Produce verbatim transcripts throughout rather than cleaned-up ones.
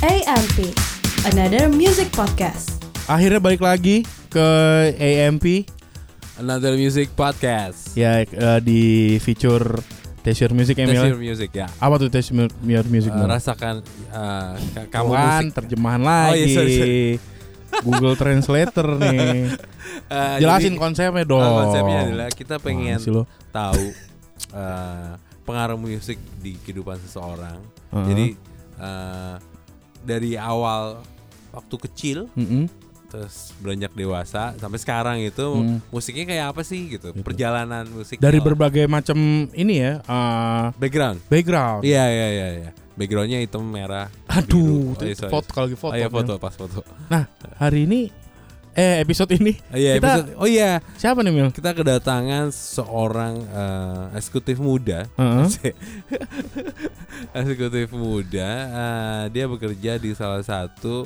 A M P, another music podcast. Akhirnya balik lagi ke A M P, Another Music Podcast. ya uh, di feature Taste Your Music, Emil. Taste Your Music ya. Apa tuh Taste Your Music? Uh, rasakan uh, k- kamu Bukan, musik. terjemahan Oh, lagi. iya, sorry, sorry. Google Translator nih. Uh, Jelasin jadi, konsepnya dong. uh, konsepnya adalah kita pengen Wah, sih lo. tahu uh, pengaruh musik di kehidupan seseorang. Uh-huh. Jadi uh, dari awal waktu kecil Mm-mm. terus beranjak dewasa sampai sekarang itu Mm. musiknya kayak apa sih gitu, Gitu. perjalanan musik Dari berbagai macam ini ya, uh, background. background. Iya iya iya iya. Backgroundnya hitam merah. Aduh, biru. Oh, iya, itu sorry. foto kalau lagi foto. Oh iya, Mil. foto pas foto. Nah, hari ini eh episode ini Oh iya, Kita- episode- oh iya, siapa nih, Mil? kita kedatangan seorang uh, eksekutif muda. Heeh. Eksekutif muda, uh, dia bekerja di salah satu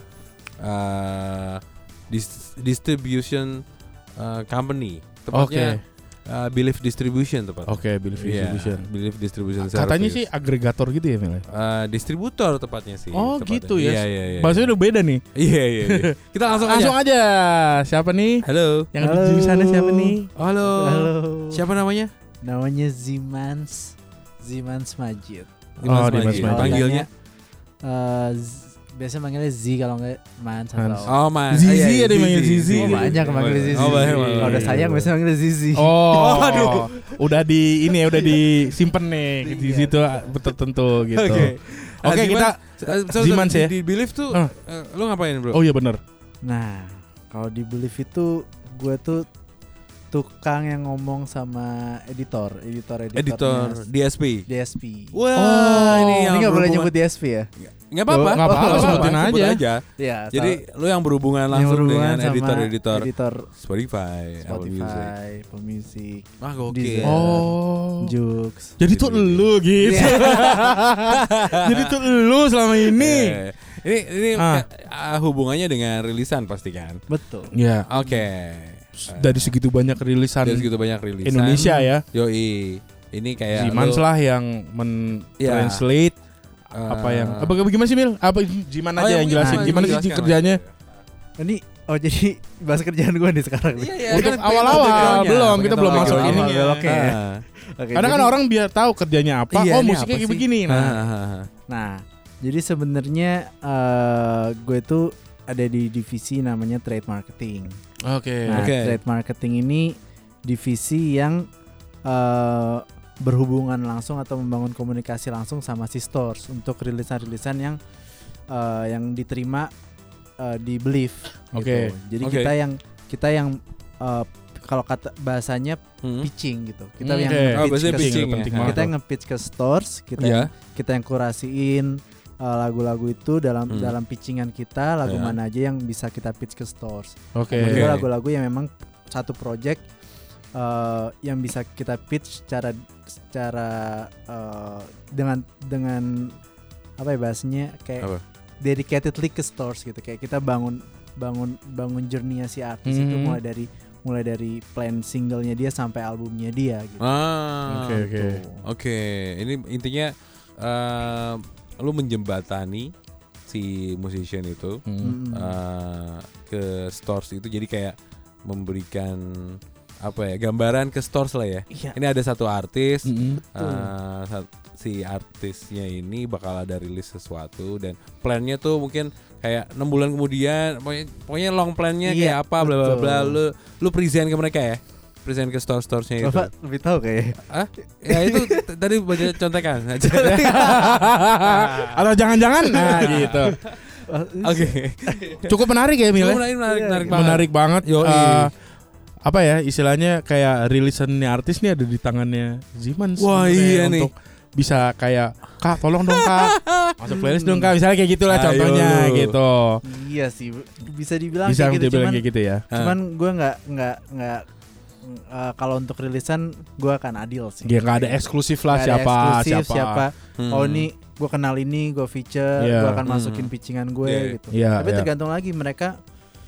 uh, dis- distribution uh, company. Tepatnya uh, Belief Distribution tepatnya. Oke, Belief Iya, Distribution. Belief Distribution Katanya Service. sih agregator gitu ya, Mil? Uh, distributor tepatnya sih. Oh, tepatnya. gitu ya. Iya iya iya. Bahasanya udah beda nih. Iya iya. iya. Kita langsung, Langsung aja. aja. Siapa nih? Halo. Yang ada di sana siapa nih? Halo. Halo. Siapa namanya? Namanya Zimans Zimans Majid. Oh, Dimas Majid. Panggilnya? Eh, Z- biasanya manggilnya Z kalau enggak Mans Mans. atau Oh, Mas. Zizi Ah, iya, ada yang manggil Zizi. Oh, banyak manggil Zizi. Oh, banyak, banyak. Kalau udah sayang biasanya manggil Zizi. Oh, Waduh. udah di ini ya, udah disimpan nih di Iya. situ tertentu gitu. Oke. Oke, Ah, kita Ziman- so- so- Zimans di- ya? Di Belief tuh Ah. eh, lu ngapain, Bro? Oh iya benar. Nah, kalau di Belief itu gue tuh tukang yang ngomong sama editor, editor Editor D S P. D S P. Wah, Oh, ini Ini yang nggak boleh berhubungan- nyebut D S P ya? Nggak apa-apa. Nggak apa-apa, Nggak sebutin sebut aja. Iya. Jadi lu yang berhubungan yang langsung berhubungan dengan sama editor-editor editor Spotify, Apple Music. Spotify, Apple Music, Wah, gokil. Deezer. Oh. Joox. Jadi tuh lu gitu. Jadi tuh lu selama ini. Eh, Ini ini Ah. eh, hubungannya dengan rilisan pasti kan? Betul. Ya, Oke. dari segitu banyak rilisan Dari segitu banyak rilisan Indonesia ya. Yoi. Ini kayak Zimans lu- lah yang men-translate eh, apa yang apa gimana sih, Mil? Apa Jiman Oh, aja ya, yang mungkin jelasin lu gimana sih jelaskan. kerjanya? Ini oh jadi bahas kerjaan gue nih sekarang nih. Iya, iya, Untuk kan awal-awal, background-nya, belum, kita background belum masuk background-nya. ininya. Oke. Ah. Oke, Kadang kan jadi- orang biar tahu kerjanya apa. Iya, Oh, ini musiknya apa kayak sih? begini. Ah, Nah, ah, ah. Nah, jadi sebenarnya eh, gue tuh ada di divisi namanya trade marketing. oke. Nah, Oke. trade marketing ini divisi yang eh, berhubungan langsung atau membangun komunikasi langsung sama si stores untuk rilisan-rilisan yang eh, yang diterima eh, di Belief. Oke. Gitu. Jadi Oke. kita yang kita yang eh, kalau kata bahasanya Hmm. pitching gitu. Kita Hmm, yang oke. Oh, nge-pitch biasanya ke pitching penting ya. banget. kita yang nge-pitch ke stores, kita Iya. yang, kita yang kurasiin uh, lagu-lagu itu dalam Hmm. dalam pitchingan kita, lagu Iya. mana aja yang bisa kita pitch ke stores. Oke. Dan Oke. juga lagu-lagu yang memang satu project uh, yang bisa kita pitch secara secara uh, dengan dengan apa ya bahasanya kayak Apa? dedicatedly ke stores gitu. Kayak kita bangun bangun bangun journey-nya si artis itu Mhm. mulai dari mulai dari plan singlenya dia sampai albumnya dia gitu. Ah. Oke, oke. Tuh. Oke, ini intinya eh, lu menjembatani si musician itu Hmm. Mm-mm. eh, ke stores itu, jadi kayak memberikan apa ya, gambaran ke stores lah ya. Iya. Ini ada satu artis, Mm-mm. eh, sat- si artisnya ini bakal ada rilis sesuatu dan plannya tuh mungkin kayak enam bulan kemudian, pokoknya, pokoknya long plannya Iya, kayak apa bla bla betul. bla. Lu lu present ke mereka ya, present ke store-storesnya itu. Bapak lebih tahu kayak Ah, ya itu t- tadi baca contekan aja. Atau jangan-jangan nah gitu. Oke. Cukup menarik ya, Mil. ya? Menarik, menarik, Iya, menarik banget. Menarik banget. Yoi. Eh, apa ya istilahnya kayak rilisannya artis nih ada di tangannya Zimans. Wah, sebenarnya iya nih. untuk bisa kayak Kak tolong dong Kak masuk playlist dong Kak, misalnya kayak gitulah Ayo contohnya lu. gitu. Iya sih, bisa dibilang Bisa kayak gitu. dibilang Cuman, kayak gitu ya. cuman gue nggak nggak nggak uh, kalau untuk rilisan gue akan adil sih. Ya nggak ada eksklusif lah Nggak ada siapa eksklusif, siapa. siapa. Hmm. Oh ini gue kenal ini, gue feature, Iya. gue akan Hmm. masukin pitchingan gue Iya. gitu. Iya, Tapi iya. tergantung lagi mereka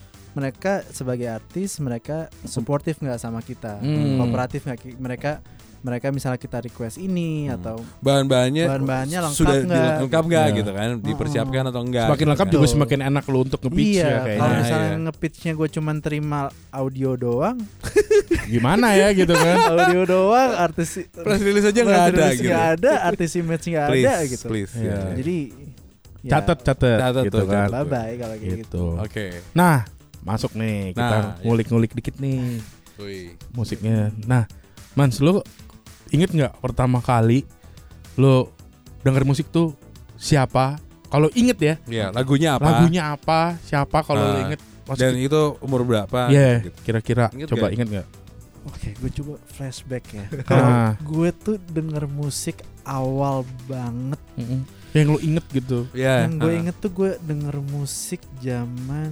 mereka sebagai artis mereka supportive nggak sama kita, Hmm. kooperatif nggak ki- mereka mereka misalnya kita request ini Hmm. atau Bahan-bahannya bahan-bahannya lengkap sudah nggak? di- lengkap nggak Iya. gitu kan, dipersiapkan atau enggak. Semakin gitu lengkap kan. juga Betul. semakin enak lo untuk nge-pitch iya, ya kalau kayaknya. misalnya Iya. nge-pitch-nya gue cuman terima audio doang, Gimana ya gitu kan. audio doang, artis Press release aja nggak ada gitu. nggak ada, artis image nggak Please, ada gitu. please. Iya. ya. Jadi ya, Catet catet Catet gitu tuh, kan. catet. bye bye kalau kayak gitu. Gitu. Oke. Nah, masuk nih kita Nah, iya. ngulik-ngulik dikit nih Wih. musiknya. Nah, Mans, lu inget nggak pertama kali lu denger musik tuh siapa? Kalau inget ya, Iya, lagunya apa? lagunya apa? Siapa kalau lu Nah, inget? Pas Dan kita- itu umur berapa? Iya, gitu. kira-kira Inget coba nggak? inget nggak? Oke, gue coba flashback ya. Ah. Kalau gue tuh denger musik awal banget. Mm-mm. Yang lu inget gitu. Iya. Yang gue ah. inget tuh gue denger musik zaman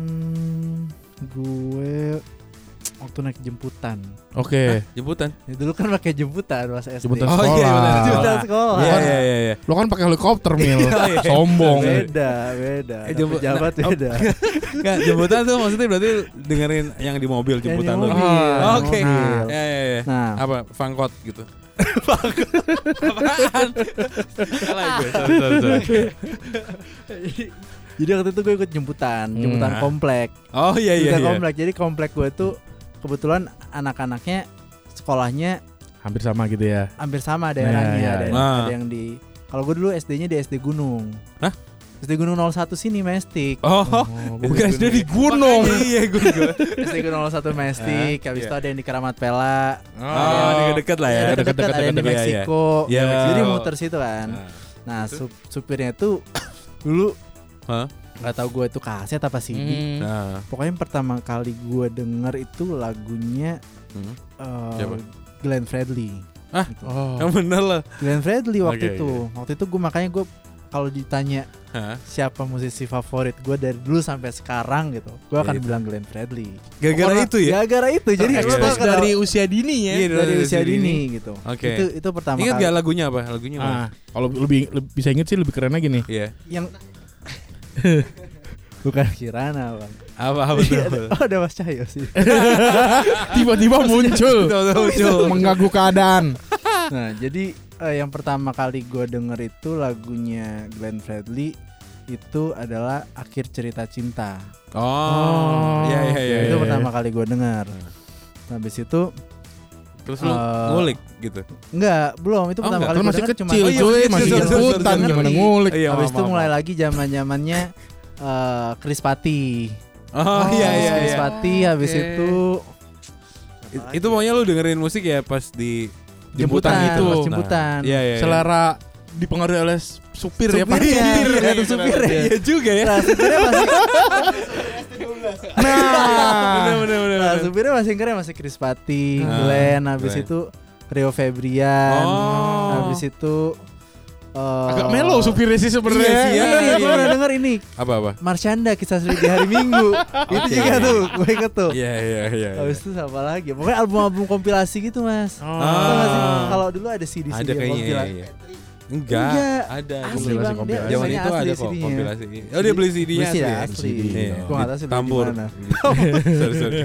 gue waktu naik jemputan. Oke. Jemputan. Ya, dulu kan pakai jemputan pas S D. Jemputan Oh, sekolah. iya, benar. Jemputan sekolah. Iya iya iya iya. Lo kan pakai helikopter Mil. Oh, iya. Sombong. Beda, beda. Eh, Ada jemput- pejabat nah, oh, beda. Enggak, jemputan tuh maksudnya berarti dengerin yang di mobil jemputan Yang di lu. mobil. Ah, Oke. Mobil. Ya ya ya. Nah, Apa? Fangkot gitu. Apaan? Salah gue. Sorry sorry sorry. jadi waktu itu gue ikut jemputan, Hmm. jemputan Ah. komplek. Oh iya iya Jemputan iya. komplek. Jadi komplek gue tuh kebetulan anak-anaknya sekolahnya Hampir sama gitu ya. hampir sama daerahnya. Iya, ada, iya. Ah. ada yang di kalau gue dulu S D-nya di S D Gunung. Hah? S D Gunung nol satu sini Mestik. Oh. gue kira S D di gunung. Iya gue gue. S D Gunung nol satu Mestik, habis iya. itu ada yang di Keramat Pela. Oh, deket-deket lah ya. Ya, deket-deket, deket-deket, ada yang di deket-deket, iya, iya. Meksiko. Iya, Meksiko. Jadi muter situ kan. Nah. Nah, Itu? sup- supirnya tuh dulu Hah? nggak tahu gue itu kaset apa C D. Hmm. Nah. Pokoknya yang pertama kali gue denger itu lagunya Hmm. eh, Siapa? Glenn Fredly. Ah? Gitu. Oh. Yang bener lah. Glenn Fredly waktu Oke, itu. Waktu itu gue makanya gue kalau ditanya Hah? siapa musisi favorit gue dari dulu sampai sekarang gitu, gue akan Gitu. bilang Glenn Fredly. Gara-gara Pokoknya itu ya? Gara-gara itu. Jadi Terekspos gue Ekspos dari usia dini ya. Iya, dari usia dini gitu. Oke. Itu itu pertama Ingat kali. gak lagunya apa? Lagunya apa? Ah, kalau lebih, lebih bisa inget sih lebih kerennya gini. Iya. Yang bukan Kirana bang. Apa apa tuh? Iya, ada, oh, ada Mas Cahyo sih. Tiba-tiba muncul, Tahu-tahu muncul. mengganggu keadaan. Nah jadi eh, yang pertama kali gue denger itu lagunya Glenn Fredly itu adalah Akhir Cerita Cinta. Oh. Iya iya iya. itu iya. pertama kali gue dengar. Habis itu Terus lu Eh, ngulik gitu. enggak, belum. Itu Oh, pertama enggak. kali Kan gue masih denger kecil, Oh, iya, cuy, masih masih kecil, sorry, sorry, jemputan sorry. gimana Iya. ngulik. Iya, Habis maaf, itu maaf, mulai maaf. lagi zaman-zamannya eh Chris Patti. Oh, iya iya Chris iya. Patti habis Oke. itu It- Itu pokoknya lu dengerin musik ya pas di Jemputan itu. pas Nah, jemputan. Iya iya. iya. Selera dipengaruhi oleh supir ya Pak. Supirnya, Supir, tergantung gitu. supirnya. Iya juga ya. Nah, supirnya masih Nah, Bener bener bener. nah, bener. supirnya masih keren, masih Chris Patti, Ah, Glenn, habis Glenn. itu Rio Febrian. Oh. Habis itu eh, agak melo supirnya sih sebenarnya. Iya sih, Ini iya, nih, iya, gue iya. pernah denger ini Apa apa? Marsyanda, Kisah Sedih di Hari Minggu. Itu Oke. juga tuh, gue inget tuh. Iya iya iya. Habis itu apa lagi? Pokoknya album-album kompilasi gitu mas. Oh. Tau gak sih? Ah. Kalau dulu ada C D C D Ada kayaknya. kompilasi. Iya, iya. Enggak, Enggak. ada. Asli Kompilasi, bang, dia kompilasi. Zaman biasanya itu asli ada kok C D-nya. kompilasi. Oh dia beli C D-nya Beli asli. C D ya? asli. Iya. Gua nggak tahu sih beli Tambur. di mana. sorry sorry.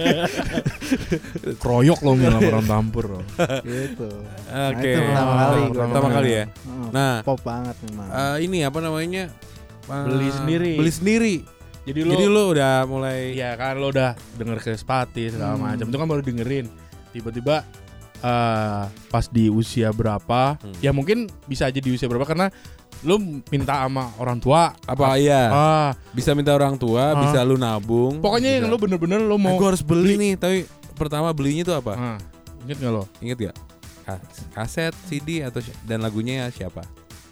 Kroyok lo Mil sama orang tampur. Lo. Gitu. Oke. itu pertama kali. Pertama kali ya. Heeh, Nah, pop banget memang. eh, ini apa namanya? Eh, Beli sendiri. Beli sendiri. Jadi lo, Jadi lu udah mulai ya kan lo udah denger Chris Patti segala Hmm. macam. Itu kan baru dengerin. Tiba-tiba eh, pas di usia berapa? Hmm. Ya mungkin bisa aja di usia berapa karena lo minta sama orang tua. apa iya? Ah, Bisa minta orang tua, Ah. bisa lu nabung. pokoknya yang bisa. lo bener-bener lo Nah, mau. gua harus beli nih, tapi pertama belinya tuh apa? Ah, inget gak lo? Ingat gak? Kas- Kaset, C D atau si- dan lagunya siapa?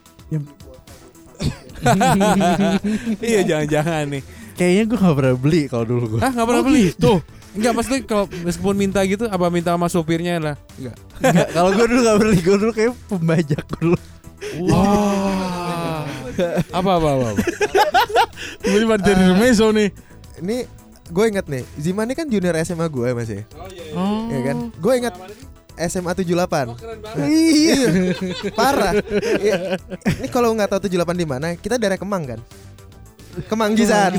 Iya jangan-jangan nih. Kayaknya gue gak pernah beli kalau dulu gue. Ah nggak pernah beli tuh? Enggak maksudnya kalau meskipun minta gitu apa minta sama supirnya lah? Enggak. Kalau gue dulu gak beli, gue dulu kayak pembajak dulu. Wah. Apa apa apa? apa. Tiba-tiba dari Remeso nih. Ini gue inget nih, Zima ini kan junior S M A gue mas ya, Oh. ya kan? Gue inget S M A tujuh puluh delapan. Iya, parah. Iya. Ini kalau nggak tahu tujuh puluh delapan di mana, kita daerah Kemang kan? Kemanggisan.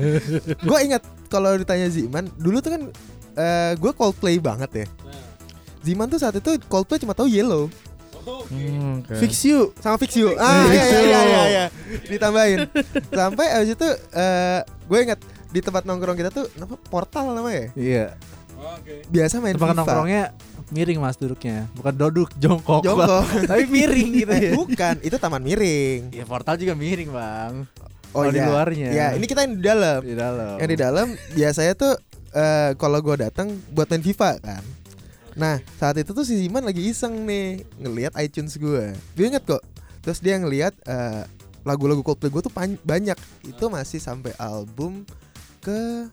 Gue inget kalau ditanya Ziman, dulu tuh kan uh, gue Coldplay banget ya. Ziman tuh saat itu Coldplay cuma tahu Yellow Hmm, okay. Fix You. sama Fix You. Ah iya iya iya iya, iya. Ditambahin. Sampai abis itu uh, gue ingat di tempat nongkrong kita tuh nama Portal namanya. Iya. Biasa main Tempat FIFA. nongkrongnya miring mas duduknya, bukan duduk jongkok. Jongkok. Tapi miring gitu ya. Bukan, itu taman miring. Ya Portal juga miring bang. Oh Kalau di iya. luarnya. Ya, ini kita yang di dalam. Di dalam. Yang di dalam biasanya tuh uh, kalau gue datang buat main FIFA kan. Nah saat itu tuh si Ziman lagi iseng nih ngelihat iTunes gue. Dia inget kok. Terus dia ngelihat uh, lagu-lagu Coldplay gue tuh pan- banyak. Itu masih sampai album ke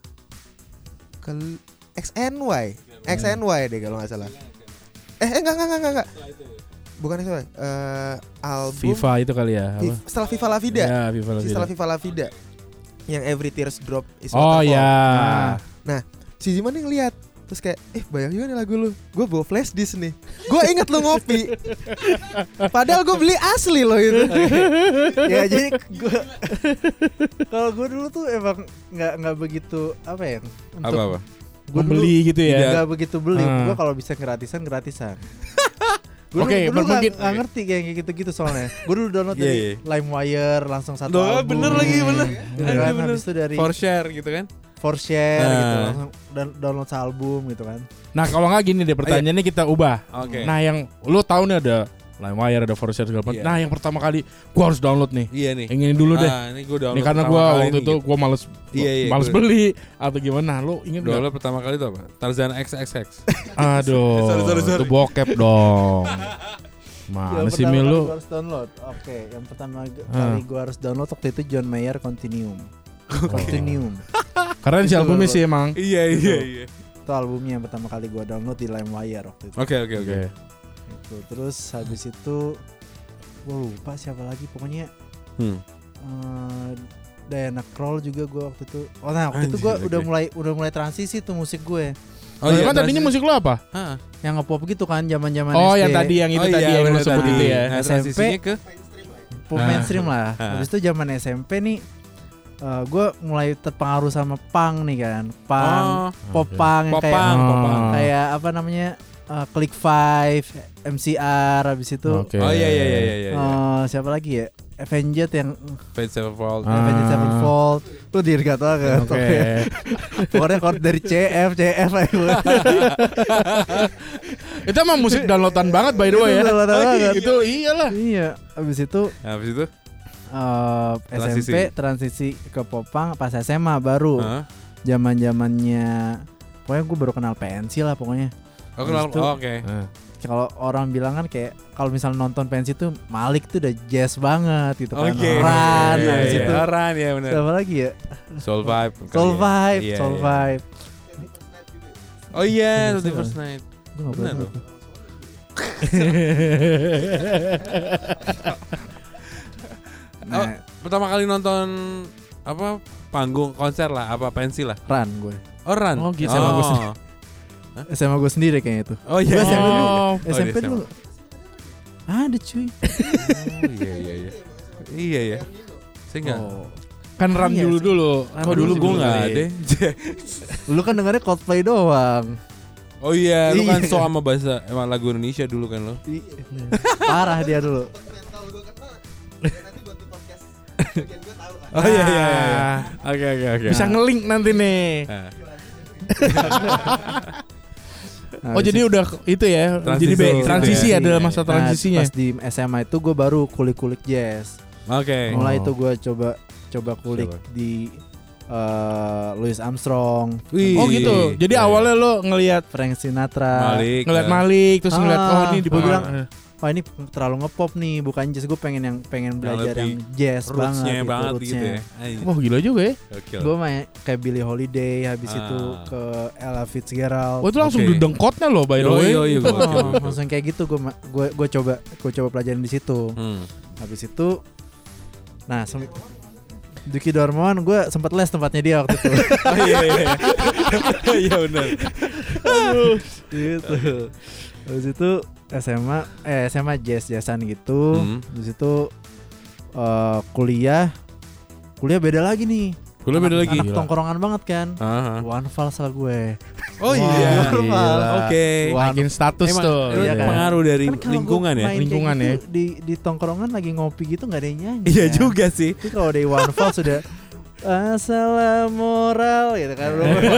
ke X N Y X N Y deh kalau nggak salah. Eh enggak enggak enggak enggak. Bukan X N Y. Uh, album FIFA itu kali ya. Apa? Viv- setelah Viva La Vida. Ya, FIFA La Vida. Setelah Viva La Vida. Yang Every Tears Drop is Oh Waterfall. ya. Nah, si Ziman nih ngeliat. Terus kayak, eh bayang juga nih lagu lu. Gue bawa flash disk nih. Gue inget lu ngopi. Padahal gue beli asli loh itu. Ya jadi gue kalau gue dulu tuh emang nggak nggak begitu apa ya untuk Apa apa? gue Membeli gitu ya. nggak begitu beli. Ah. Gue kalau bisa gratisan gratisan. Gue Oke, dulu nggak mungkin- nggak ngerti kayak gitu-gitu soalnya. Gue dulu download Iya, dari iya. LimeWire langsung satu Duh, album. bener lagi, bener. Gitu Aduh, kan. bener. Habis itu dari For share gitu kan? For Share gitu Ah. langsung dan- download sealbum gitu kan. Nah kalau nggak gini deh pertanyaannya kita ubah. Oke. Nah yang lu tahu nih ada LimeWire, ada Forshare segala macam. Iya. Nah yang pertama kali gua harus download nih. Iya nih. Yang ini dulu deh. Ah, ini gue download. Ini karena pertama gua kali waktu nih, itu gitu. gua males Iya, iya, males gua- beli atau gimana. Lu inget nggak? Download pertama kali itu apa? Tarzan X X X. Aduh, Sorry, sorry, sorry. itu bokep dong. Mana Yang sih pertama Mil kali lu? gua harus download. Oke, yang pertama g- Ah. kali gue harus download waktu itu John Mayer Continuum. Continuum. Keren sih Itu albumnya dulu. sih emang. Iya iya iya. Itu albumnya yang pertama kali gue download di LimeWire waktu itu. Oke oke oke. Gitu. Terus habis itu gue lupa siapa lagi pokoknya Hmm. eh, Diana Krall juga gue waktu itu. Oh nah waktu itu gue Anjir, udah oke. mulai udah mulai transisi tuh musik gue. Oh iya, kan tadinya musik lu apa? Hah. Yang ngepop gitu kan zaman-zaman Oh, S D. yang tadi yang itu Oh, tadi iya, yang lu bener sebut tadi. itu ya. Nah, S M P. transisinya ke Pop Ah. mainstream lah. Ah. Habis itu zaman S M P nih eh, gue mulai terpengaruh sama punk nih kan. Punk, Oh, pop Oke. punk yang pop kayak punk, pop Oh. punk. kayak apa namanya? eh, Click Five, M C R habis itu Oke. Oh iya iya iya iya. iya. eh, siapa lagi ya? Avenged yang Fade Sevenfold. Ah. Avenged Sevenfold. Lu dirgat banget. Oke. Pokoknya chord dari C F, C F aja. Itu emang musik downloadan banget by the way ya. Itu downloadan banget. Itu iyalah. Iya, habis itu Nah, habis itu? eh, Transisi. S M P transisi ke popang pas S M A baru. Hah? Zaman-zamannya pokoknya gue baru kenal P N C lah pokoknya. Oh, kenal. Habis itu- Oh, oke. Nah. Kalau orang bilang kan kayak kalau misalnya nonton P N C itu Malik tuh udah jazz banget gitu kan. Oke. Ran Iya, habis iya. itu. Oh, Ran ya benar. Siapa lagi ya? Soul Vibe. kali Soul ya. Vibe, Iya, Soul iya. Vibe. Oh iya, Bener The sih, First Night. Gue nggak Bener pernah tuh. Nah, Oh, pertama kali nonton apa panggung konser lah, apa pensi lah. Ran gue. Oh, Ran. Oh, gitu. Oh, S M A gue sendiri kayaknya itu. oh iya. Gua S M P dulu. Oh, S M P di S M A. dulu. Ada cuy. Oh, iya iya iya. Iya ya. Saya enggak. Oh. kan Ram Iya dulu sih. dulu. Ram Oh, dulu sih gue enggak kali. ada. Lu kan dengarnya Coldplay doang. Oh iya, lu kan Iya. so sama bahasa emang lagu Indonesia dulu kan lo. I- Parah dia dulu. Oh iya iya iya. Oke oke oke. Bisa ngelink nanti nih. Nah, Nah, Oh habis jadi udah itu ya. Transisi. Jadi be- transisi Iya. ada masa Nah, transisinya. pas di S M A itu gue baru kulik-kulik jazz. Oke. Mulai Oh. itu gue coba coba kulik Coba. di eh, Louis Armstrong, Wih. Oh gitu. Jadi Iya. awalnya lo ngelihat Frank Sinatra. Malik. ngelihat kan. Malik terus Ah, ngelihat oh ini di gua bawah. bilang, Wah ini terlalu ngepop nih, bukan jazz. Gue pengen yang pengen belajar lebih yang jazz Roots-nya banget, banget gitu, gitu ya. roots-nya. Wah gila juga ya. Oke. Gue main kayak Billie Holiday, habis Ah. itu ke Ella Fitzgerald. Wah itu langsung Oke. dudengkotnya loh by the Yo, way. yo, yo, Oh, gokil, gokil. langsung kayak gitu gue gue gue coba gue coba pelajarin di situ. Hmm. Habis itu, nah sem- Duki Darmawan gue sempat les tempatnya dia waktu itu. Oh iya iya. Iya benar. Gitu. Habis itu S M A eh S M A jazz jazzan gitu. Hmm. Habis itu eh, kuliah kuliah beda lagi nih. Kuliah beda lagi. Anak tongkrongan banget kan. Aha. One Vals lah gue. Oh Wah, iya. gila. Oke. Naikin status Emang tuh. itu Iya kan? pengaruh dari Kan kalau lingkungan gua ya. main kayak Lingkungan gitu, ya. Di di tongkrongan lagi ngopi gitu nggak ada yang nyanyi. Iya kan? juga sih. Tapi kalau di One Vals sudah asal moral gitu kan.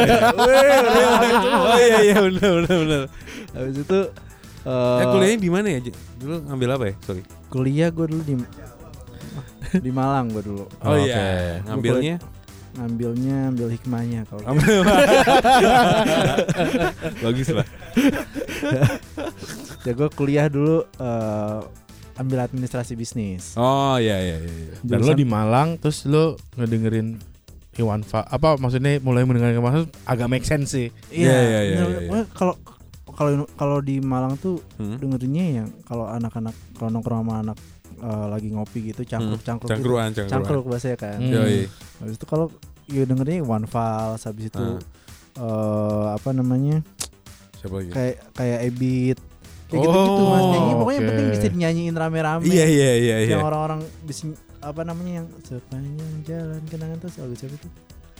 Oh iya iya benar benar benar. Habis itu eh, Eh kuliahnya di mana ya? J? Dulu ngambil apa ya? Sorry. kuliah gue dulu di di Malang gue dulu. Oh, Oke. iya. Ngambilnya Ngambilnya ambil hikmahnya kalau bagus lah. ya gue kuliah dulu eh, ambil administrasi bisnis. Oh iya iya iya. Dan lo di Malang terus lo ngedengerin Iwan Fa apa maksudnya mulai mendengarkan maksud agak make sense sih. Iya, iya, iya, bener- iya, iya. wah, Kalau kalau kalau di Malang tuh Hmm? dengerinnya yang kalau anak-anak kalau nongkrong sama anak eh, lagi ngopi gitu cangkruk cangkruk gitu. Cangkruan cangkruan. cangkruk bahasanya kan. Hmm. Yoi. Habis itu kalau ya dengernya One Vals, habis itu Ah. eh, apa namanya Siapa lagi? kayak kayak Ebit kayak Oh, gitu-gitu mas nyanyi pokoknya yang oke. penting bisa dinyanyiin rame-rame. Iya iya iya iya. Yang orang-orang bisa apa namanya yang sepanjang jalan kenangan tuh lagu siapa itu?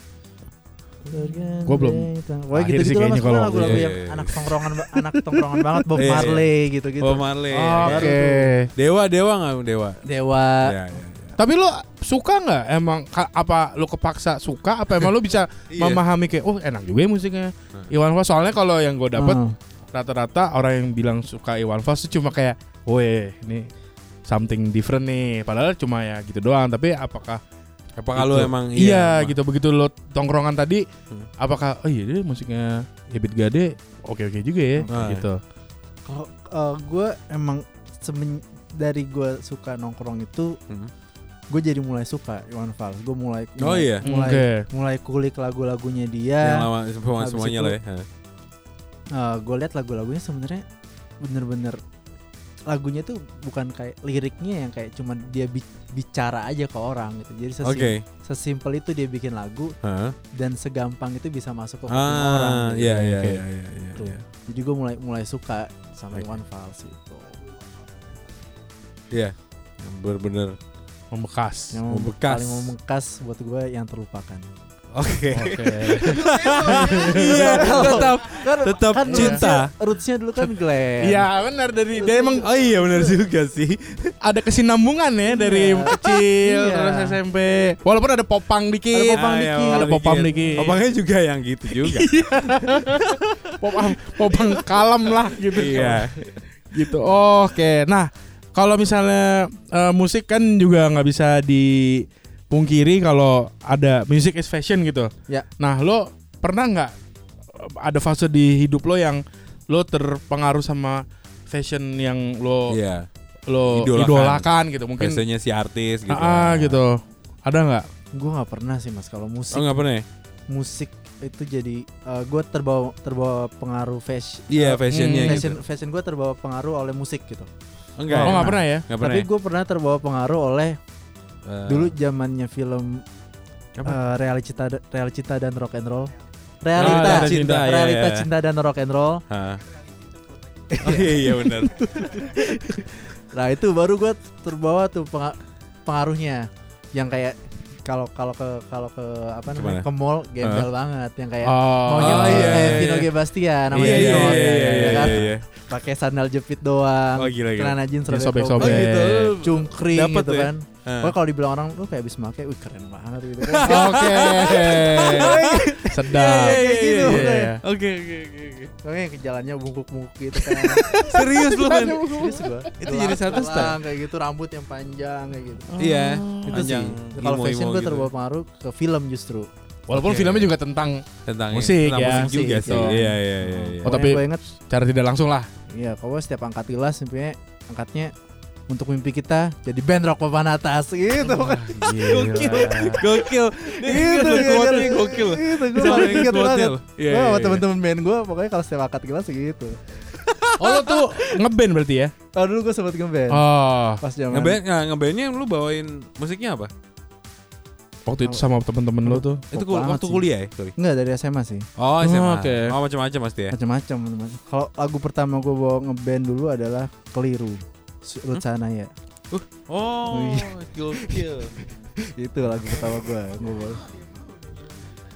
Gua belum Wah lahir gitu sih gitu lah mas kayaknya kalau lagu-lagu waktu yang itu. Iya, iya, anak tongkrongan anak tongkrongan banget Bob Iya, iya. Marley gitu-gitu. Bob Marley. Oh, ya, Oke. ya. Dewa Dewa nggak Dewa? Dewa. Iya iya. iya. Tapi lo suka nggak emang ka- apa lo kepaksa suka apa emang lo bisa Iya. memahami kayak oh enak juga ya musiknya Iwan Fals soalnya kalau yang gue dapet Ah. rata-rata orang yang bilang suka Iwan Fals itu cuma kayak weh ini something different nih padahal cuma ya gitu doang tapi apakah Apa kalau itu- emang iya, emang- gitu begitu lo tongkrongan tadi Hmm. apakah oh iya deh musiknya Ebit Gade oke-oke juga ya Ah, gitu Kalau gue emang semen dari gue suka nongkrong itu Hmm. gue jadi mulai suka Iwan Fals. Gue mulai Oh mulai, iya. mulai Oke. mulai kulik lagu-lagunya Yang dia. lama semua Habis semuanya itu- lah ya. Hah. gue lihat lagu-lagunya sebenarnya bener-bener lagunya tuh bukan kayak liriknya yang kayak cuma dia bi- bicara aja ke orang gitu. Jadi sesim- Oke. sesimpel itu dia bikin lagu Hah? dan segampang itu bisa masuk ke kuping Ah, orang. gitu. iya iya Oke. iya iya iya. Tuh. iya. Jadi gue mulai mulai suka sama Oke. Iwan Fals itu. Iya. Yang benar-benar membekas Yang Membekas. paling membekas buat gue yang terlupakan. oke. oke Iya, tetap Kan, tetap kan cinta. Rootsnya, rootsnya dulu kan Glenn. iya benar dari dia emang Oh iya benar juga sih. ada kesinambungan ya dari Iya. kecil Iya. terus S M P walaupun ada popang dikit Ada popang Ah, dikit. iya, Ada popang dikit. Popangnya juga yang gitu juga. popang popang kalem lah gitu Iya. gitu oke nah kalau misalnya eh, musik kan juga nggak bisa dipungkiri kalau ada music is fashion gitu Ya. nah lo pernah nggak eh, ada fase di hidup lo yang lo terpengaruh sama fashion yang lo Iya. lo Idolakan. idolakan gitu mungkin Biasanya si artis gitu. ah, gitu ada nggak Gue nggak pernah sih mas kalau musik Oh enggak pernah ya? musik itu jadi gue terbawa terbawa pengaruh fashion. Iya, fashionnya Hmm. fashion gitu. fashion gue terbawa pengaruh oleh musik gitu. Enggak. oh nggak pernah ya Enggak pernah. Tapi ya? gue pernah terbawa pengaruh oleh Eh, dulu zamannya film Apa? eh, realita realita dan rock and roll. Realita Realita Cinta, iya, realita iya. cinta dan rock and roll. Hah. Oh iya iya benar. Nah itu baru gue terbawa tuh penga- pengaruhnya yang kayak kalau kalau ke kalau ke apa namanya Kemana? ke mall gembel banget yang kayak oh, maunya oh, kayak iya, iya, Vino iya. G Bastian namanya Iya iya Vino, iya iya ya iya, kan? iya. Pakai sandal jepit doang, Oh gila gila. celana jeans Dia robek-robek, sobek-sobek. Oh gitu. cungkring Dapet gitu ya? kan. Hah. Pokoknya kalau dibilang orang lu kayak abis make, wih keren banget gitu kan. oke sedap Iya, iya, iya, gitu, iya. pokoknya. Oke oke oke oke. Pokoknya ke jalannya bungkuk-bungkuk gitu kan. Serius lu kan? Serius gua. Itu jadi satu Gelang, style? kayak gitu, rambut yang panjang kayak gitu. Iya. Itu Panjang, sih. Kalau imo-imo fashion gue gitu. terbawa pengaruh ke film justru. walaupun Oke. filmnya juga tentang Tentang Musik tentang ya. musik juga Musik, sih. gitu. Iya iya iya iya. Oh, tapi- gue inget, cara tidak langsung lah iya kalau setiap angkat kelas sebenarnya angkatnya untuk mimpi kita jadi band rock papan atas gitu kan. Gokil. Gokil. Gitu Quote-nya gokil. Gitu gue Bisa paling bikin inget quote-nya banget. loh. Iya, Gue iya, sama iya. temen-temen band gue pokoknya kalau setiap angkat kelas gitu. oh lo tuh ngeband berarti ya Kalau dulu gue sempet ngeband oh pas zaman Ngeband nggak ngebandnya lu bawain musiknya apa? waktu itu sama temen-temen lo tuh Itu Pop kul- banget waktu sih. kuliah ya? Sorry. Enggak dari S M A sih. Oh, S M A. Oh, oke. Oh, macam-macam pasti ya. Macam-macam teman-teman. Kalau lagu pertama gue bawa ngeband dulu adalah Keliru. Ruth Sanaya. Oh, Wih. gokil. Itu lagu pertama gue. Gue bawa.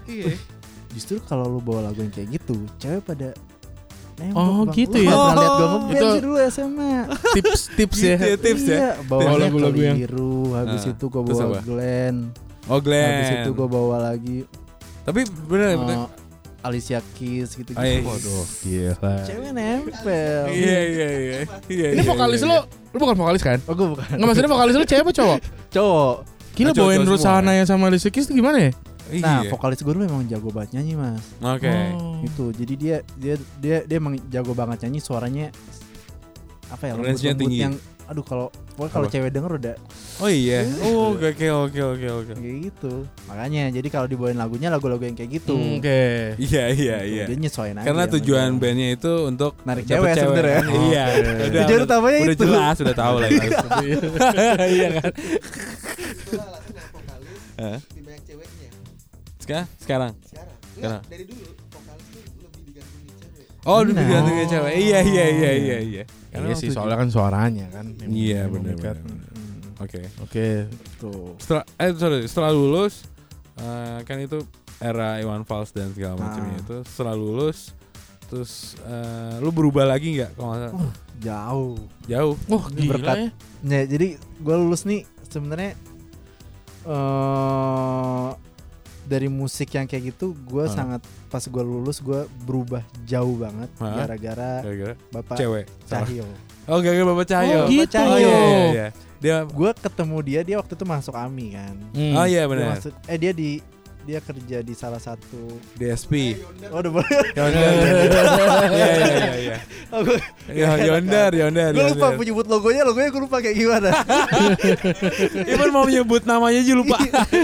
Iya. Justru kalau lu bawa lagu yang kayak gitu, cewek pada nembak, Oh, Bang. gitu Lu ya? pernah lihat gue Oh, ngeband itu- sih dulu S M A. Tips-tips ya. Gitu ya, tips ya. Iya, bawa Bawa lagu-lagu yang- Keliru, habis Ah, itu gue terus bawa apa? Glenn, Oh Glenn. habis itu gue bawa lagi Tapi bener eh, bener. Alicia Keys gitu-gitu. Oh, iya. Waduh, gila. Cewek nempel. Iya iya iya. Iya. Ini iya, vokalis iya, lo, lu bukan vokalis kan? Oh gue bukan. Nggak, maksudnya vokalis lu cewek apa cowok? Cowok. Gila, Ah, cowok- bawain cowok Ruth semua, Sahanaya sama Alicia Keys itu gimana ya? Iya. Nah, vokalis gue dulu emang jago banget nyanyi, Mas. Oke. Oh. Gitu. Jadi dia dia dia dia emang jago banget nyanyi, suaranya apa ya? Range-nya lembut-lembut tinggi. yang aduh kalau pokoknya kalau Apa? cewek denger udah Oh iya. Oh oke oke oke oke oke. kayak gitu. Makanya jadi kalau dibawain lagunya lagu-lagu yang kayak gitu. Hmm, Oke. Iya iya Gitu. iya. Dia nyesuaiin aja. Karena sama tujuan dia. bandnya itu untuk Narik dapet cewek sebenarnya. kan? Iya. Oke. Udah, Tujuan utamanya udah itu. jelas, udah tahu lah. itu. Iya kan. Itulah alasan kenapa vokalis Hah? lebih banyak ceweknya Sekarang sekarang. sekarang. Enggak, Sekarang. dari dulu vokalis tuh lebih digantungin cewek. Oh, udah Benar. digantungin cewek. Iya iya iya iya iya. Iya sih, soalnya kan suaranya kan. yang- Iya yang benar memikat. benar. Oke. Oke. Tuh. Setelah eh sorry, setelah lulus eh, kan itu era Iwan Fals dan segala macamnya Ah. itu. Setelah lulus terus eh, lu berubah lagi nggak kalau nggak salah? Jauh. Jauh. Wah, Ini gila berkat. ya. Nah, jadi gue lulus nih sebenarnya eh dari musik yang kayak gitu gue Hah? sangat pas gue lulus gue berubah jauh banget Hah? gara-gara Gara-gara Bapak cewek. Salah. Cahyo. Oh, gara-gara Bapak Cahyo. Oh, gitu. Oh iya iya iya. Dia Gue ketemu dia dia waktu itu masuk A M I kan. Hmm. Oh iya Dia benar. masuk- eh dia di dia kerja di salah satu. D S P. Oh udah boleh. Yonder. Iya iya iya iya. Oh, gue Ya Yonder, Yonder. gue lupa Yonder. menyebut logonya, logonya gue lupa kayak gimana. Ivan mau menyebut namanya aja lupa.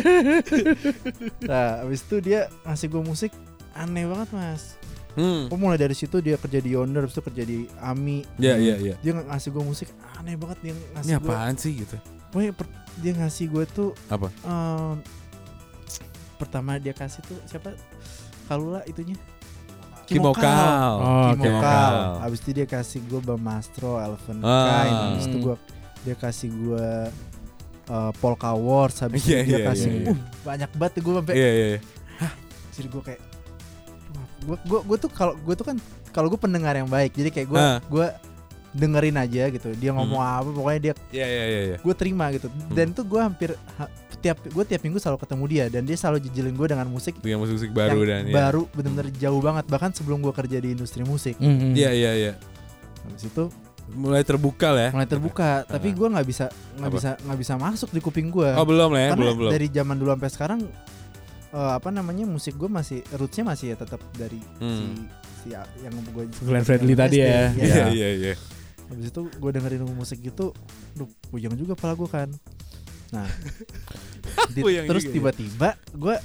Nah, abis itu dia ngasih gue musik aneh banget mas. Hmm. Gue mulai dari situ dia kerja di Yonder, abis itu kerja di A M I. Iya iya iya. Dia ng- ngasih gue musik aneh banget, dia Ini ngasih gue. apaan sih gitu? Pokoknya per- dia ngasih gue tuh Apa? em, pertama dia kasih tuh siapa? Kalula itunya. Kimokal. Oh, Kimokal. Kimokal. Abis itu dia kasih gue Bamastro, Elven Ah. Kain. Abis itu gue dia kasih gue uh, Polka Wars. Habis itu Iya, dia iya, kasih iya, iya. uh, banyak banget tuh gue sampai. Iya iya. iya. Jadi gue kayak gue gue gue tuh kalau gue tuh kan kalau gue pendengar yang baik. Jadi kayak gue Ah. gue dengerin aja gitu. Dia ngomong apa pokoknya dia Iya iya iya iya. gue terima gitu. Dan tuh gue hampir ha- tiap gue tiap minggu selalu ketemu dia dan dia selalu jejelin gue dengan musik Dengan musik-musik baru yang dan ya. baru bener-bener jauh banget bahkan sebelum gue kerja di industri musik. Hmm. Iya iya iya. Habis itu Mulai terbuka lah ya. mulai terbuka, tapi Ah. gue nggak bisa nggak Apa? bisa nggak bisa masuk di kuping gue. Oh belum lah ya, Karena belum belum. dari zaman dulu sampai sekarang eh, apa namanya musik gue masih rootsnya masih ya tetap dari Hmm. si si a- yang gue Glenn Fredly tadi ya. Iya iya iya. Habis itu gue dengerin musik gitu, duh puyeng juga pala gue kan. Nah, di- Puyeng terus juga, tiba-tiba gue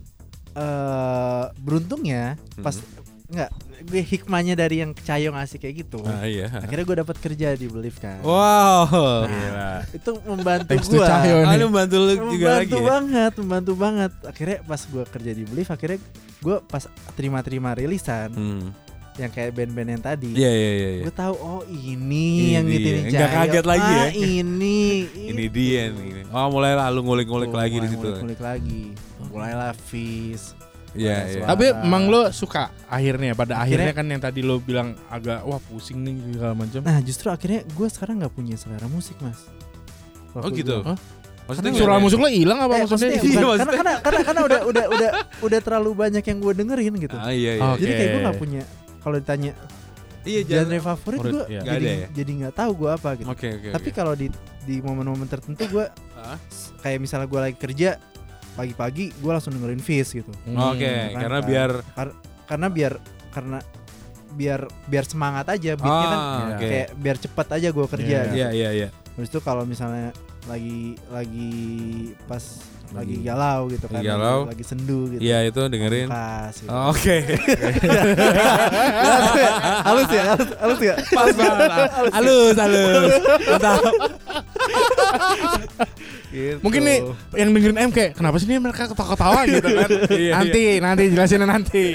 eh beruntungnya pas Hmm. nggak gue hikmahnya dari yang Cahyo ngasih kayak gitu. Ah iya. Akhirnya gue dapat kerja di Believe kan. Wow. Nah, Gila. itu membantu Thanks to gue. Cahyo nih. Ah, lu bantu lu juga lagi Membantu ya? banget, membantu banget. Akhirnya pas gue kerja di Believe, akhirnya gue pas terima-terima rilisan Hmm. yang kayak band-band yang tadi. Iya iya iya iya. Gue tahu oh ini, Ini yang gitu dia. nih Nggak kaget lagi ya. Ah, ini. Ini dia nih. Oh, mulai lah lu ngulik-ngulik Tuh, lagi di mulai situ. Ngulik-ngulik lagi. Mulailah Fizz. Iya Mulai iya. suara. Tapi emang lo suka akhirnya pada akhirnya, Akhirnya- kan yang tadi lo bilang agak wah pusing nih segala macam. Nah justru akhirnya gue sekarang nggak punya selera musik mas. Oh Waktu gitu. gua- Hah? Maksudnya Karena Suara gimana? musik lo hilang apa Eh, maksudnya? maksudnya Iya, bukan, maksudnya. karena, karena karena karena udah udah udah udah terlalu banyak yang gue dengerin gitu. Ah iya iya. Oke. Jadi kayak gue nggak punya kalau ditanya Iya jangan. genre favorit Favorit, gue iya. Nggak jadi ada ya? jadi nggak tahu gue apa gitu. Oke oke. Tapi oke. kalau di di momen-momen tertentu gue Hah? kayak misalnya gue lagi kerja pagi-pagi gue langsung dengerin Fizz gitu. Hmm. Oke, kan, karena kan. biar Karena biar karena biar biar semangat aja beatnya kan Ah, oke. kayak biar cepat aja gue kerja. Iya. gitu. Iya iya iya. Habis itu kalau misalnya lagi lagi pas lagi, Lagi- galau gitu kan, lagi galau. lagi, lagi sendu gitu. Iya itu dengerin. Pamungkas, gitu. Oh, Oke. halus ya, halus, halus ya. Pas banget. Halus halus. Mantap. Gitu. Mungkin nih yang dengerin M kayak kenapa sih nih mereka ketawa-ketawa gitu kan? Iya, nanti nanti jelasin nanti.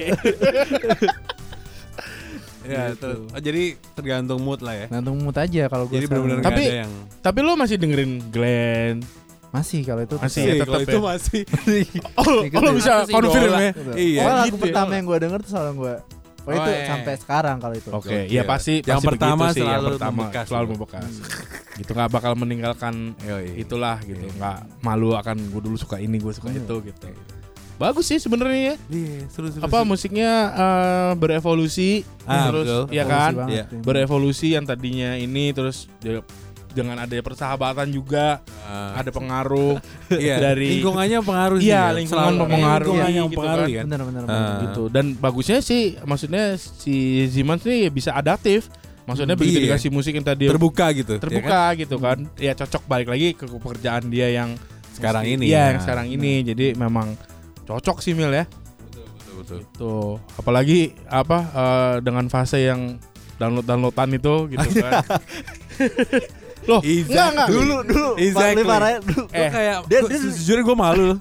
Ya, Gitu. terus, oh, jadi tergantung mood lah ya. Gantung mood aja kalau gue. Jadi benar-benar nggak Tapi- ada yang Tapi lo masih dengerin Glenn, Masih kalau itu Masih Iya, ya, kalau tetap itu ya. masih. Oh, lo- Ikutin. oh, lo bisa Masih confirm idola. ya? Iya. Oh, lagu gitu ya. pertama yang gue denger tuh selalu gue oh, itu Oh, iya. sampai sekarang kalau itu. Oke, Gokil. ya pasti Yang pasti pertama begitu sih, yang selalu pertama membekas. selalu membekas. Gitu nggak bakal meninggalkan Yoi. itulah gitu. Iya. Nggak malu akan gue dulu suka ini, gue suka itu gitu. Bagus sih sebenarnya ya. Iya, seru seru. Apa seru. musiknya eh, berevolusi Ah, terus betul. ya Evolusi kan? banget Iya. ya. Berevolusi yang tadinya ini terus de- dengan adanya persahabatan juga Ah, ada pengaruh iya, dari- lingkungannya pengaruh sih. Iya, ya. lingkungan Selalu. mempengaruhi Lingkungan yang gitu pengaruh kan. kan. Bener bener Ah. bener. gitu. Dan bagusnya sih maksudnya si Zimans nih bisa adaptif. Maksudnya Hmm, begitu iya. dikasih musik yang tadi Terbuka gitu. terbuka ya kan? gitu kan. Ya cocok balik lagi ke pekerjaan dia yang Sekarang musik- ini. Iya, Nah. yang sekarang ini. Jadi memang cocok sih Mil ya. Betul betul. Tuh, apalagi apa eh, dengan fase yang download-downloadan itu gitu kan. Loh, Exactly. enggak enggak. Dulu dulu Exactly. Fadli parahnya dulu. Gua Eh, kayak dia- gua- dia- sejujurnya gue malu loh.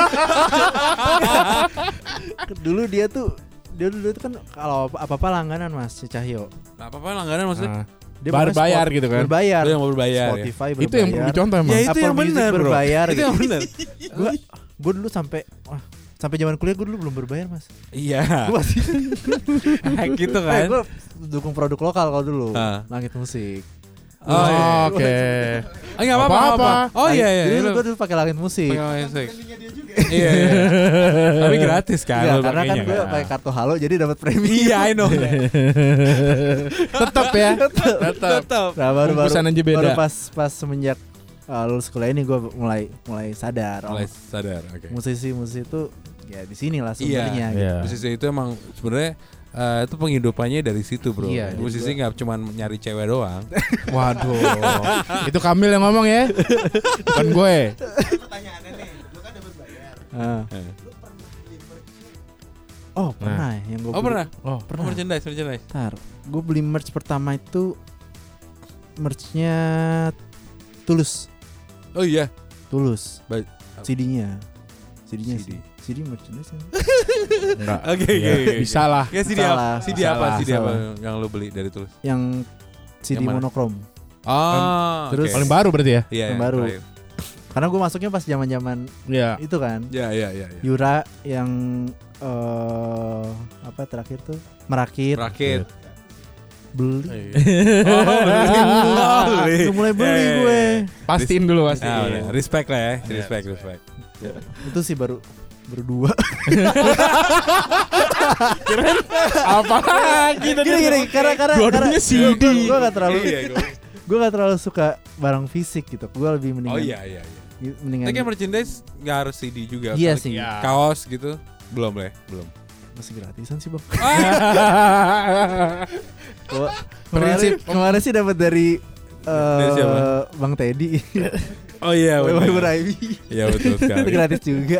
Dulu dia tuh dia dulu tuh kan kalau apa-apa langganan Mas si Cahyo. Gak apa-apa langganan maksudnya. Nah, Dia Bar- pokoknya bayar spot- gitu kan. Berbayar. Lu yang mau berbayar ya. Spotify berbayar. itu yang perlu dicontoh emang. Ya itu Apple yang Music benar bro. berbayar Itu yang gitu. benar. Gua gua dulu sampai wah, sampai zaman kuliah gue dulu belum berbayar Mas. Iya. Gue masih Gitu eh, kan. gue dukung produk lokal kalau dulu. Ah. Langit Musik. Oh, iya. Oke. Ah, enggak apa-apa. Apa-apa. nggak apa-apa. Oh iya iya. Jadi lu gue dulu pakai Langit Musik. pakai musik. Iya. iya. Tapi gratis kan. Iya, lu karena kan pakainya gue pakai kartu Halo jadi dapat premi. Iya, I know. Tetap ya. Tetap. Tetap. Nah, baru baru, Bungkusan aja beda. baru pas pas semenjak uh, lulus kuliah ini gue mulai mulai sadar. Mulai Oh, sadar. Oke. musisi-musisi itu ya di sinilah Iya. sumbernya. gitu. Iya. Musisi itu emang sebenarnya eh, itu penghidupannya dari situ bro. Iya, jadi Musisi gua- nggak cuma nyari cewek doang. Waduh. Itu Kamil yang ngomong ya. Bukan gue. Pertanyaannya nih, lu kan dapat bayar. Ah. Eh. Oh pernah yang gue Oh pernah? Oh, Pernah. Merchandise, merchandise. Ntar, gue beli merch pertama itu merchnya Tulus, Oh iya. Tulus, Ba- C D-nya, C D-nya C D. sih, C D merchandise. enggak. Oke, Ya, oke, oke. bisa lah. Ya C D Salah. apa? C D apa? Salah, C D apa salah. yang lu beli dari Tulus? Yang C D Yang mana? monokrom. Oh, Terus- oke. Paling baru berarti ya? Iya, yang yang baru. terakhir. Karena gue masuknya pas zaman-zaman Iya. itu kan, Iya, iya, iya. iya. Yura yang eh apa terakhir tuh merakit, Rakit. beli. Oh, beli. Udah mulai beli Iya, iya, gue. iya. Pastiin dulu pasti. Ah, udah. Respect lah ya. Respect, respect. Itu sih baru berdua. Apa lagi tadi? gini gini karena karena Dua-duanya karena C D. Gue, gue gak terlalu Iya, gua- gue gak terlalu suka barang fisik gitu. Gue lebih mendingan Oh iya, iya, iya. mendingan Tapi kan merchandise nggak harus C D juga. Iya Kalau sih. Iya. Kaos gitu. Belum lah, ya? belum. masih gratisan sih bang. Ah, Gua- Prinsip- kemarin, kemarin sih dapat dari eh, Dari siapa? Bang Teddy. Oh iya, Wai benar. Beraimi. Iya betul Itu sekali. gratis juga.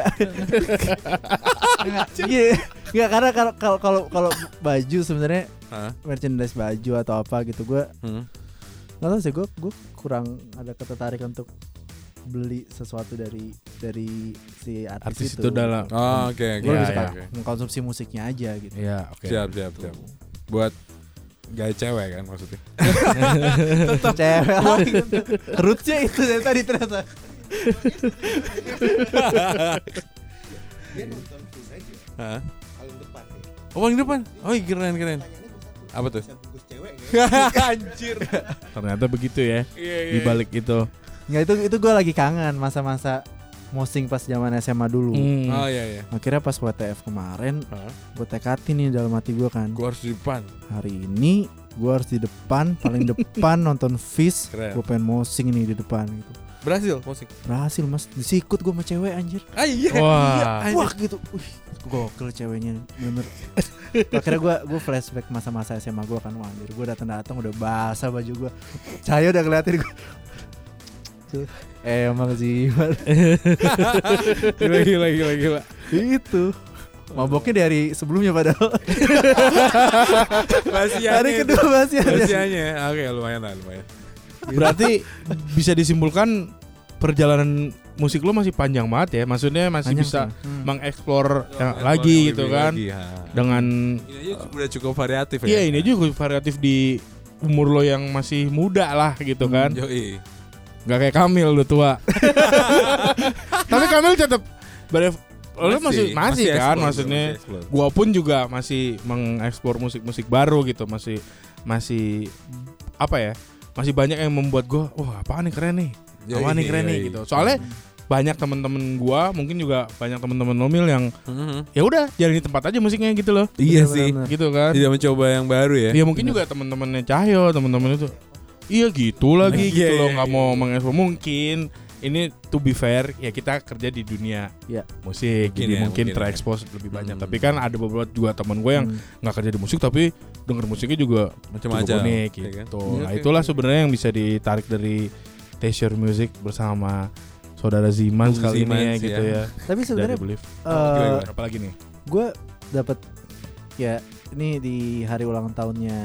Iya, nggak karena kalau kalau kalau kalau baju sebenarnya Hah? merchandise baju atau apa gitu gue Hmm. nggak tahu sih gue gue kurang ada ketertarikan untuk beli sesuatu dari dari si artis, Artis itu. itu dalam. Oh, oke, oke. Gue lebih Iya, suka iya. mengkonsumsi musiknya aja gitu. Iya, oke. Siap, siap, siap. Buat gaya cewek kan maksudnya. Cewek rootsnya itu dari tadi ternyata. Dia nonton Fuse aja Hah? paling depan nih. Oh, paling depan. Oh, iya, keren, keren. Apa tuh? Bisa bungkus cewek nggak? Anjir. Ternyata begitu ya. Iya, iya. Di balik itu. Nggak itu itu gue lagi kangen masa-masa mosing pas zaman S M A dulu. Hmm. Oh iya, iya. Akhirnya pas W T F kemarin Hah? gue tekatin nih dalam hati gue kan. Gua harus di depan. Hari ini gue harus di depan, paling depan nonton Fish. Keren. Gue pengen mosing nih di depan gitu. Berhasil musik. Berhasil mas, disikut gue sama cewek anjir. Ah iya. Wah. Iya, Wah gitu, wih gokil ceweknya bener. Akhirnya gue gue flashback masa-masa S M A gue kan, wah anjir gue datang-datang udah basah baju gue. Cahaya udah ngeliatin gue. Eh emang sih Gila, gila, gila, gila. itu maboknya dari sebelumnya padahal. Masih Hari kedua masih ada. Basiannya. Oke, lumayan lah, lumayan. Berarti bisa disimpulkan perjalanan musik lo masih panjang banget ya. Maksudnya masih Panjang bisa sih. Hmm. mengeksplor yang Yang lagi lebih gitu kan. lagi, ha. Dengan Ini aja udah cukup variatif ya. iya ini juga variatif di umur lo yang masih muda lah gitu kan. Yoi. Nggak kayak Kamil udah tua. Tapi Kamil tetap ber Lo masih masih, masih kan explore, maksudnya masih gua pun juga masih mengeksplor musik-musik baru gitu, masih masih apa ya? Masih banyak yang membuat gua, wah, apaan nih keren nih. Apaan nih keren nih gitu. Soalnya banyak temen-temen gua, mungkin juga banyak temen-temen Nomil yang mm-hmm. ya udah jalan di tempat aja musiknya gitu loh. Iya sih, gitu kan. Tidak mencoba yang baru ya. Iya mungkin juga temen-temennya Cahyo, temen-temen itu. Iya gitu lagi gitu yeah, loh, yeah, nggak yeah. mau mengeksplor. Mungkin ini to be fair ya kita kerja di dunia ya. musik, mungkin jadi ya, mungkin, mungkin terekspos ya. lebih banyak. Hmm. Tapi kan ada beberapa juga teman gue yang nggak hmm. kerja di musik tapi denger musiknya juga macam-macam unik gitu. Ya kan? Nah okay, itulah okay. sebenarnya yang bisa ditarik dari Taste Your Music bersama saudara Ziman sekali ini ya gitu ya. Tapi sebenarnya uh, apalagi nih? Gue dapat ya ini di hari ulang tahunnya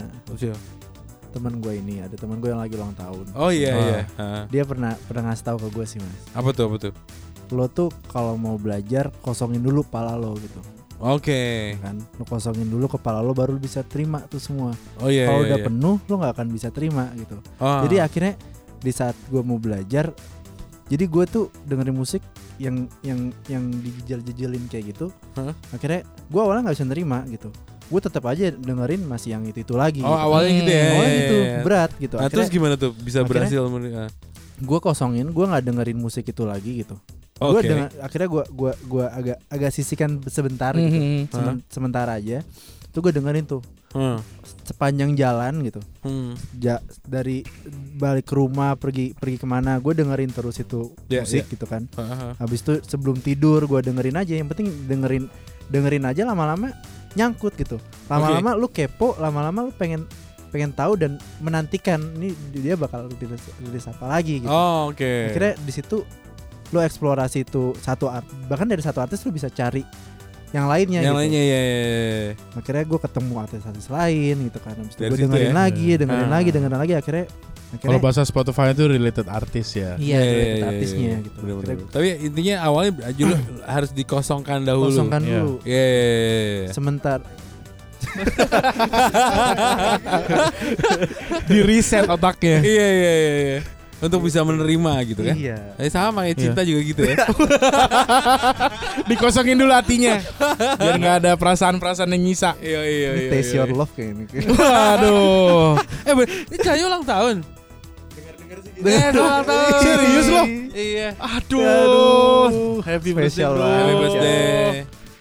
teman gue ini, ada teman gue yang lagi ulang tahun. Oh iya oh. iya. Dia pernah pernah ngasih tahu ke gue sih mas. Apa tuh apa tuh? Lo tuh kalau mau belajar kosongin dulu kepala lo gitu. Oke. Okay. Kan, lo kosongin dulu kepala lo baru bisa terima tuh semua. Oh iya. Kalau iya, udah iya. penuh lo nggak akan bisa terima gitu. Oh. Jadi akhirnya di saat gue mau belajar, jadi gue tuh dengerin musik yang yang yang dijejel-jejelin kayak gitu. Huh? Akhirnya gue awalnya nggak bisa nerima gitu. Gue tetap aja dengerin masih yang itu itu lagi. Oh gitu. awalnya gitu ya. Awalnya gitu berat gitu. Nah, terus gimana tuh bisa berhasil? Gue kosongin, gue nggak dengerin musik itu lagi gitu. Okay. Gue denger, akhirnya gue gua gua agak agak sisihkan sebentar gitu. Mm-hmm. Semen, huh? Sementara aja. Tuh gue dengerin tuh. Hmm. Sepanjang jalan gitu. Hmm. Ja, dari balik ke rumah pergi pergi kemana, gue dengerin terus itu yeah, musik yeah. gitu kan. Uh-huh. Habis itu sebelum tidur gue dengerin aja. Yang penting dengerin dengerin aja, lama-lama nyangkut gitu. Lama-lama okay. lu kepo, lama-lama lu pengen pengen tahu dan menantikan ini dia bakal rilis, rilis apa lagi gitu. Oh, oke. Okay. Akhirnya di situ lu eksplorasi itu satu art, bahkan dari satu artis lu bisa cari yang lainnya yang gitu. lainnya ya, ya, ya. Akhirnya gue ketemu artis-artis lain gitu kan. Habis itu gue situ dengerin ya? lagi, dengerin hmm. lagi, dengerin lagi akhirnya kalau bahasa Spotify itu related artis ya. Iya, yeah, related yeah, artisnya yeah, gitu. Bener, bener. Tapi intinya awalnya juga harus dikosongkan dahulu. Kosongkan yeah. dulu. Iya. Yeah, yeah, yeah. Sementara di reset otaknya. Iya iya iya. Untuk bisa menerima gitu kan. Iya. Eh, sama kayak cinta iya. juga gitu ya. Dikosongin dulu hatinya biar nggak ada perasaan-perasaan yang nyisa. Iya iya iya. Taste your love kayak ini. Waduh. Eh, ini Cahyo ulang tahun. Dengar-dengar sih gitu. Eh, ulang tahun. Serius loh? Iya. Aduh. Aduh. Happy Special birthday. Happy birthday.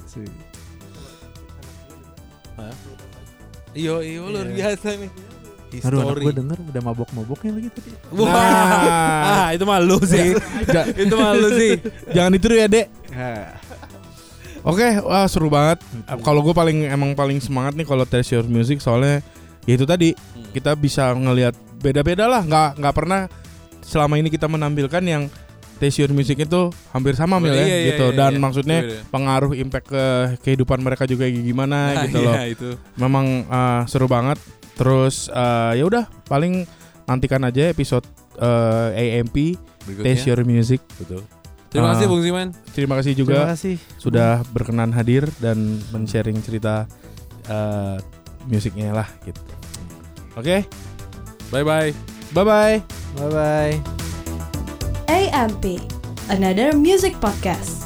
Iyo iyo luar biasa nih. Aduh, anak gue denger udah mabok-maboknya lagi tadi. Wah, nah. ah, itu malu sih. Itu malu sih. Jangan ditiru ya, Dek. Oke, okay, wah seru banget. Kalau gue paling emang paling semangat nih kalau Taste Your Music soalnya ya itu tadi hmm. kita bisa ngelihat beda-beda lah. Nggak nggak pernah selama ini kita menampilkan yang Taste Your Music itu hampir sama Mil ya, iya, gitu. Iya, Dan iya, maksudnya iya. pengaruh impact ke kehidupan mereka juga gimana nah, gitu iya, loh. Itu. Memang uh, seru banget. Terus uh, ya udah paling nantikan aja episode uh, A M P Taste Your Music. Betul. Terima uh, kasih Bung Ziman. Terima kasih juga terima kasih. sudah berkenan hadir dan men-sharing cerita uh, musiknya lah gitu. Oke. Okay? Bye bye. Bye bye. Bye bye. A M P, another music podcast.